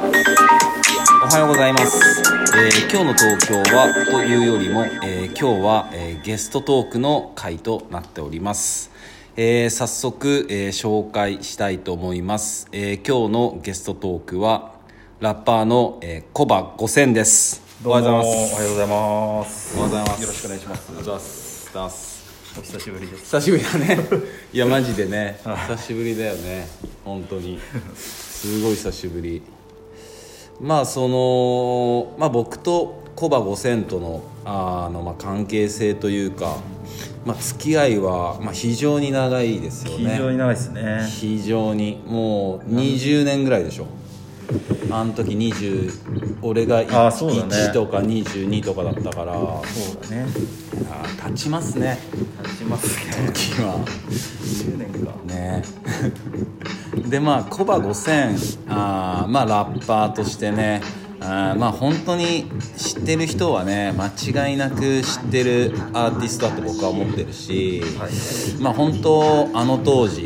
おはようございます。今日の東京はというよりも、今日は、ゲストトークの回となっております。早速、紹介したいと思います。今日のゲストトークはラッパーの、コバ5000です。 どうもおはようございます。 おはようございます。 よろしくお願いします。 おはようございます。 お久しぶりです。 久しぶりだねいやマジでね久しぶりだよね、本当にすごい久しぶり。僕とコバ5000との関係性というか、付き合いは、非常に長いですよね。 非常に長いですね。 非常にもう20年ぐらいでしょ。あの時俺が1とか22とかだったから。 そうだね。 経ちますね。 経ちますね。 時は 20年かねでコバ5000ラッパーとしてね、本当に知ってる人はね間違いなく知ってるアーティストだと僕は思ってるし、本当あの当時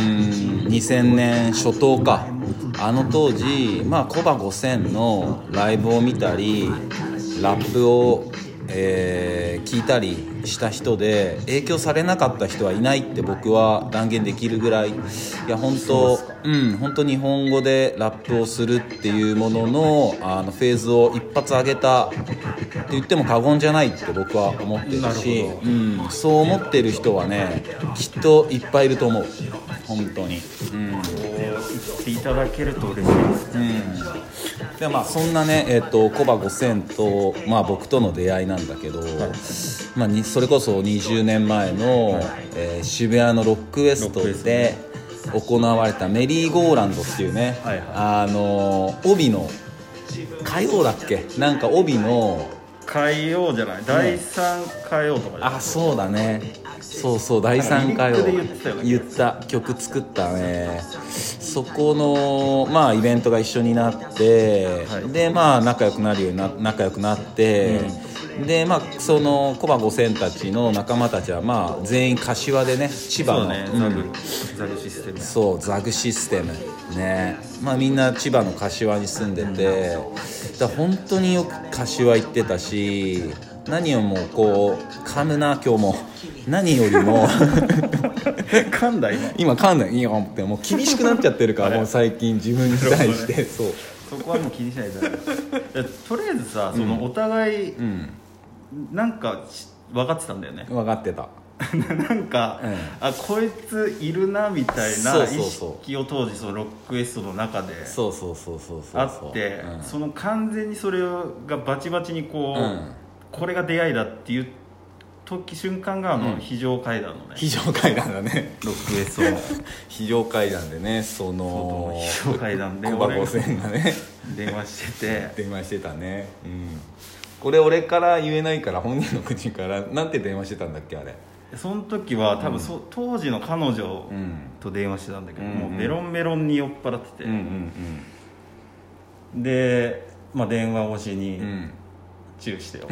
2000年初頭か、あの当時コバ5000のライブを見たりラップを聞いたりした人で影響されなかった人はいないって僕は断言できるぐらい、いや本当日本語でラップをするっていうもののフェーズを一発上げたって言っても過言じゃないって僕は思ってるし、そう思ってる人はねきっといっぱいいると思う、本当に。 言っていただけると嬉しいですね。 でそんなね、コバ5000と、僕との出会いなんだけど、それこそ20年前の、渋谷のロックウエストで行われたメリーゴーランドっていうね、帯の火曜だっけ、なんか帯の火曜じゃない、第3火曜とかじゃない。 そうだね、そう第3回を言った曲作ったね。そこのイベントが一緒になって、で仲良くなって、でそのコバ5000たちの仲間たちは全員柏でね、千葉のザグシステム。 そうザグシステムね、みんな千葉の柏に住んでて、だ本当によく柏行ってたし、何よりも噛むな今日も。何よりも噛んだ今噛んだ、いやもう厳しくなっちゃってるからもう最近自分に対してそこはもう気にしないでとりあえずさ、そのお互い、なんか分かってたんだよね。 分かってたなんか、こいついるなみたいな意識を当時そのロックエストの中であって、その完全にそれがバチバチにこれが出会いだっていう瞬間が非常階段のね、 非常階段だね、 ロックエストの非常階段でね、非常階段でコバ5000がね電話してたね。これ俺から言えないから本人の口からなんて電話してたんだっけあれ。 その時は多分当時の彼女と電話してたんだけど、もうベロンベロンに酔っ払ってて、で、電話越しにチューしてよ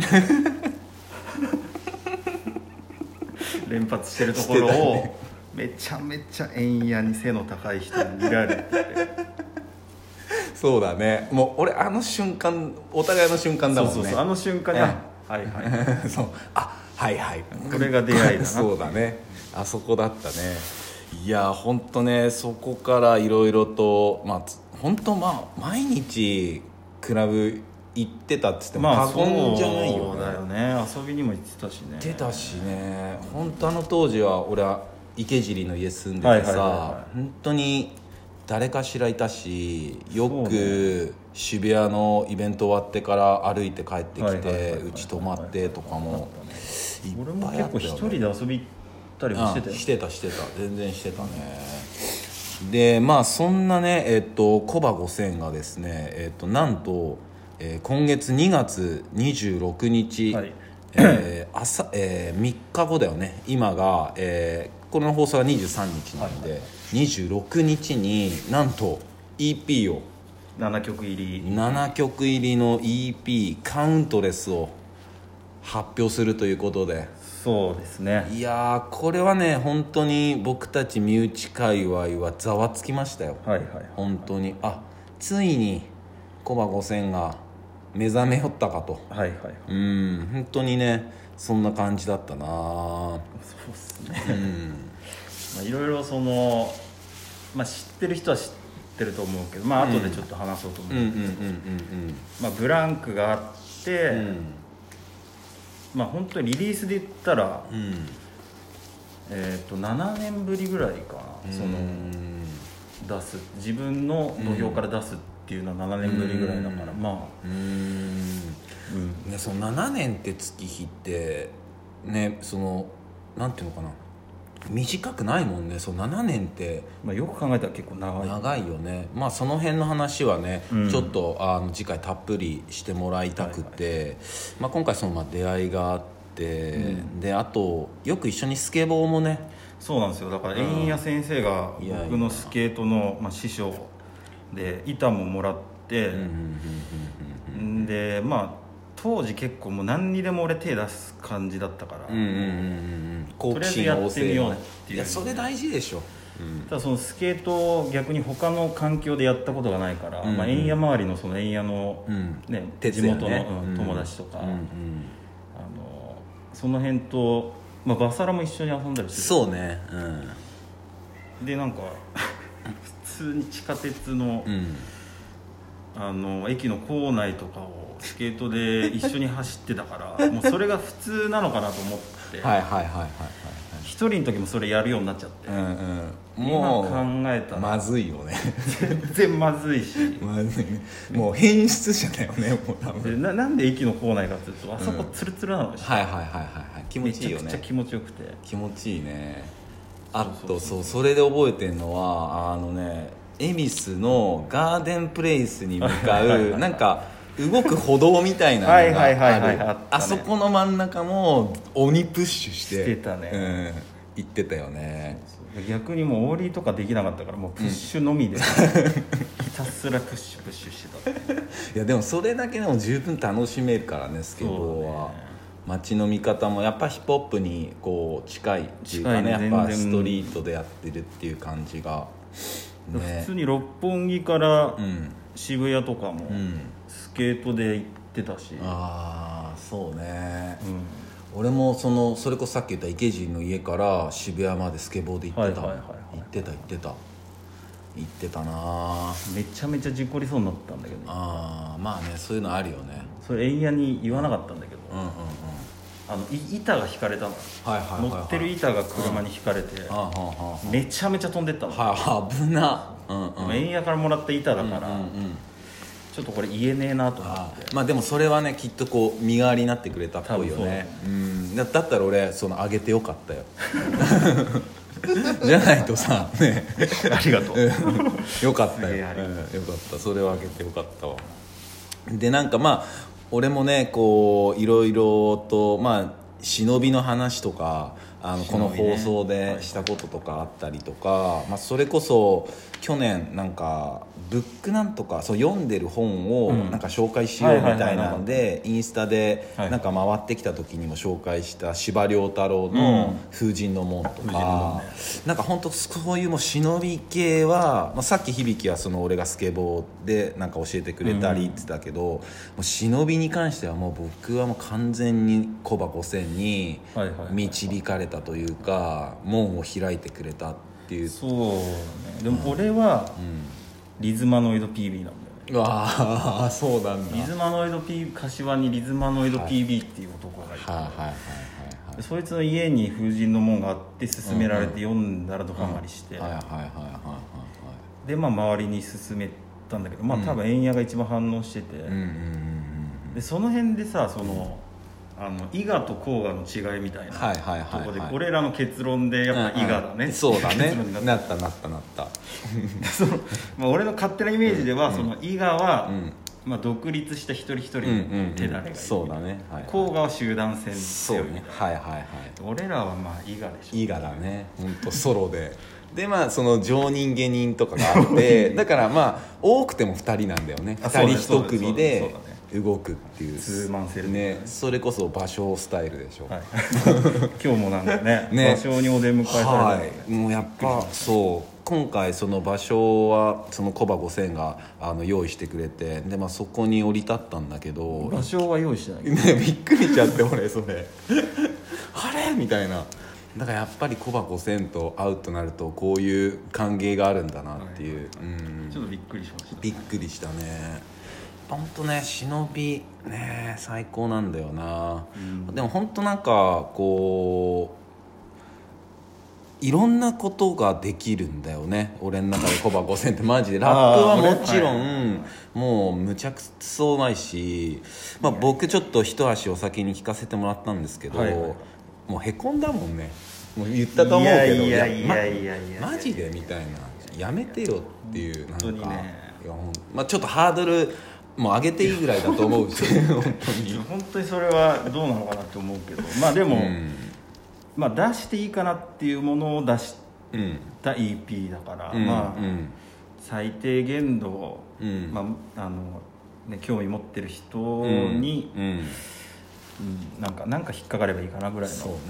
連発してるところをめちゃめちゃ円やに背の高い人に見られててそうだね、もう俺あの瞬間、お互いの瞬間だもんね。 そうあの瞬間にはいそうはいこれが出会いだなそうだね、あそこだったね。いや本当ね、そこからいろいろと本当毎日クラブ行ってたっつっても過言じゃないよね。 そうだよね、遊びにも行ってたしね。 本当あの当時は俺は池尻の家住んでてさ、本当に誰かしらいたし、よく渋谷のイベント終わってから歩いて帰ってきてうち泊まってとかもいっ俺もぱいあったよね。 結構一人で遊び行ったりもしてたよ。 してた全然してたね。でそんなねコバ5000がですねなんと今月2月26日、3日後だよね今が、この放送は23日なんで、26日になんと EP を 7曲入りの EP カウントレスを発表するということで、 そうですね。 いやこれはね本当に僕たち身内界隈はざわつきましたよ。本当についにコバ5000が目覚めよったかと。 はいはい、 本当にねそんな感じだったな。 そうっすね、いろいろその、知ってる人は知ってると思うけど、後でちょっと話そうと思うんですけど、ブランクがあって、本当にリリースで言ったら、7年ぶりぐらいかな、その出す自分の土俵から出すっていうのは7年ぶりぐらいだから、 ね、その7年って月日ってね、そのなんていうのかな、短くないもんね。その7年って、 よく考えたら結構長いよね。その辺の話はね、ちょっと次回たっぷりしてもらいたくて、今回その出会いがあって、であとよく一緒にスケボーもね。 そうなんですよ。だから円谷先生が僕のスケートの師匠で板ももらって、で当時結構もう何にでも俺手出す感じだったから、とりあえずやってみようっていう。 いやそれ大事でしょ。 ただそのスケートを逆に他の環境でやったことがないから、円谷周りのその円谷の、地元の、友達とか、その辺と、バサラも一緒に遊んだりして。 そうね、 でなんか普通に地下鉄の、駅の構内とかをスケートで一緒に走ってたからもうそれが普通なのかなと思って一人の時もそれやるようになっちゃって、もう考えたらまずいよね全然まずいしまずいね。もう変質者だよね。もう多分なんで駅の構内かっていうとあそこツルツルなのし、 気持ちいいよね。 めちゃくちゃ気持ちよくて気持ちいいね。あとそれで覚えてるのは恵比寿のガーデンプレイスに向かうなんか動く歩道みたいなのがある。あそこの真ん中も鬼プッシュしてたね、 行ってたよね。 逆にもうオーリーとかできなかったからもうプッシュのみで、ひたすらプッシュしてた。 いやでもそれだけでも十分楽しめるからね、スケボーは。街の見方もやっぱヒップホップにこう近いっていうかね、やっぱストリートでやってるっていう感じが、 普通に六本木から渋谷とかもスケートで行ってたし、 そうね、俺もそれこそさっき言った池尻の家から渋谷までスケボーで行ってた。行ってたな。 めちゃめちゃ事故りそうになったんだけどね。そういうのあるよね。 それ円谷に言わなかったんだけど、板が引かれたの、乗ってる板が車に引かれて、めちゃめちゃ飛んでったの。 危な。 円谷からもらった板だから、ちょっとこれ言えねえなと思って。 でもそれはねきっとこう身代わりになってくれたっぽいよね。だったら俺あげてよかったよじゃないとさねありがとうよかったよ、よかった。それをあげてよかったわ。でなんか俺もねこういろいろと忍びの話とかこの放送でしたこととかあったりとか、それこそ去年なんかブックなんとか読んでる本をなんか紹介しようみたいなのでインスタでなんか回ってきた時にも紹介した司馬遼太郎の「風神の門」とか、なんか本当そういうもう忍び系は、さっき響は俺がスケボーでなんか教えてくれたりって言ってたけど、もう忍びに関してはもう僕はもう完全にコバ5000に導かれたというか、門を開いてくれたっていう。 そうね。でも俺は、リズマノイド PB なんだよね。 そうなんだ。 リズマノイド PB、柏にリズマノイド PB っていう男がいて、そいつの家に風神の門があって勧められて読んだらドハマりして、で周りに勧めたんだけど、多分円谷が一番反応してて、でその辺でさ伊賀と甲賀の違いみたいなところで俺らの結論でやっぱ伊賀だね、 そうだねなった俺の勝手なイメージでは、伊賀は、独立した一人一人の手だれがいる、 そうだね。 甲賀は集団戦強いみたいな。俺らは伊賀でしょ。 伊賀だね、本当ソロででその常人下人とかがあってだから多くても2人なんだよね。2人1組で動くっていうツーマンセルね。それこそ芭蕉スタイルでしょ、 今日もなんかね芭蕉にお出迎えされた、 もうやっぱそう今回その場所はそのコバ5000が用意してくれて、で、そこに降り立ったんだけど、 場所は用意してないね、びっくりしちゃって俺それあれみたいな。だからやっぱりコバ5000と会うとなるとこういう歓迎があるんだなっていう、 ちょっとびっくりしました。 びっくりしたね。本当ね、忍びね最高なんだよな、でも本当なんかこういろんなことができるんだよね、俺の中でコバ5000ってマジで。ラップはもちろん、もうむちゃくそうまいし、僕ちょっと一足お先に聞かせてもらったんですけど、もうへこんだもんね。もう言ったと思うけど、マジでみたいな、やめてよっていう、なんか、ちょっとハードルもう上げていいぐらいだと思うし本当にそれはどうなのかなって思うけど、でも、出していいかなっていうものを出した EP だから、最低限度、興味持ってる人に、なんか引っかかればいいかなぐらいの感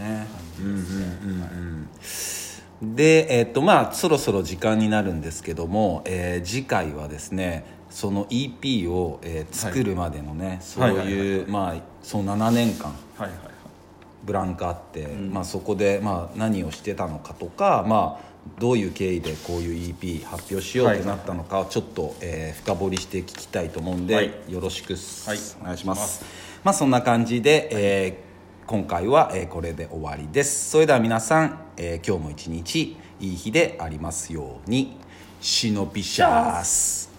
じですね。 で、そろそろ時間になるんですけども、次回はですねその EP を、作るまでのね、そういうその7年間、ブランクあって、そこで、何をしてたのかとか、どういう経緯でこういう EP 発表しようってなったのかをちょっと、深掘りして聞きたいと思うんで、よろしくお願いします。そんな感じで、今回は、これで終わりです。それでは皆さん、今日も一日いい日でありますように。シノピシャース。